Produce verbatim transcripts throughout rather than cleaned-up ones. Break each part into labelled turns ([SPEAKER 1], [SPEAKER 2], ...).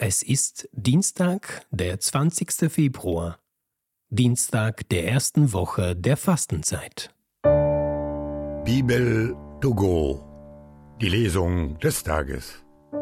[SPEAKER 1] Es ist Dienstag, der zwanzigste Februar, Dienstag der ersten Woche der Fastenzeit.
[SPEAKER 2] Bibel to go, die Lesung des Tages.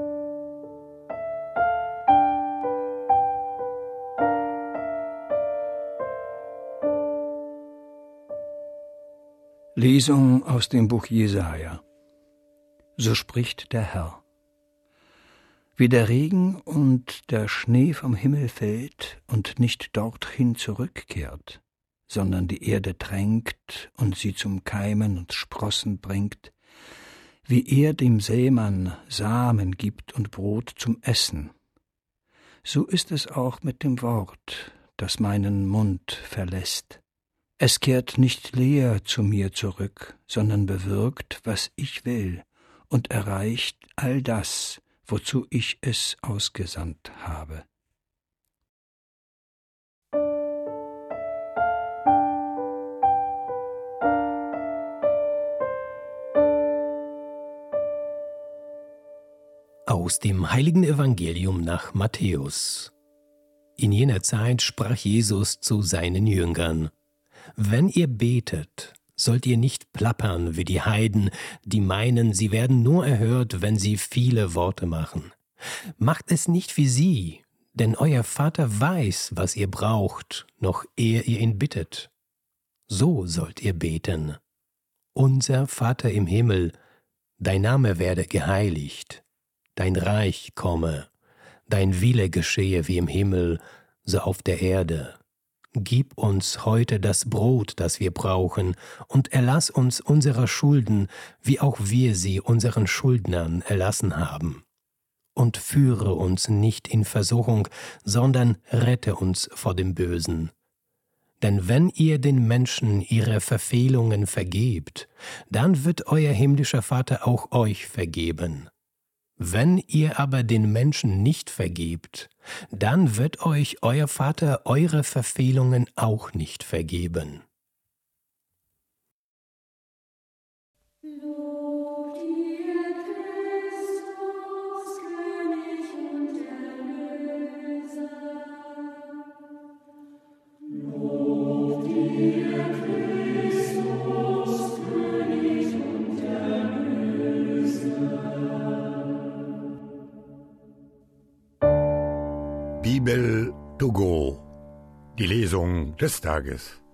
[SPEAKER 3] Lesung aus dem Buch Jesaja. So spricht der Herr. Wie der Regen und der Schnee vom Himmel fällt und nicht dorthin zurückkehrt, sondern die Erde tränkt und sie zum Keimen und Sprossen bringt, wie er dem Sämann Samen gibt und Brot zum Essen. So ist es auch mit dem Wort, das meinen Mund verlässt. Es kehrt nicht leer zu mir zurück, sondern bewirkt, was ich will, und erreicht all das, wozu ich es ausgesandt habe.
[SPEAKER 1] Aus dem heiligen Evangelium nach Matthäus. In jener Zeit sprach Jesus zu seinen Jüngern: Wenn ihr betet, sollt ihr nicht plappern wie die Heiden, die meinen, sie werden nur erhört, wenn sie viele Worte machen. Macht es nicht wie sie, denn euer Vater weiß, was ihr braucht, noch ehe ihr ihn bittet. So sollt ihr beten: Unser Vater im Himmel, dein Name werde geheiligt, dein Reich komme, dein Wille geschehe wie im Himmel, so auf der Erde. Gib uns heute das Brot, das wir brauchen, und erlass uns unsere Schulden, wie auch wir sie unseren Schuldnern erlassen haben. Und führe uns nicht in Versuchung, sondern rette uns vor dem Bösen. Denn wenn ihr den Menschen ihre Verfehlungen vergebt, dann wird euer himmlischer Vater auch euch vergeben. Wenn ihr aber den Menschen nicht vergebt, dann wird euch euer Vater eure Verfehlungen auch nicht vergeben.
[SPEAKER 2] Bibel to go, die Lesung des Tages.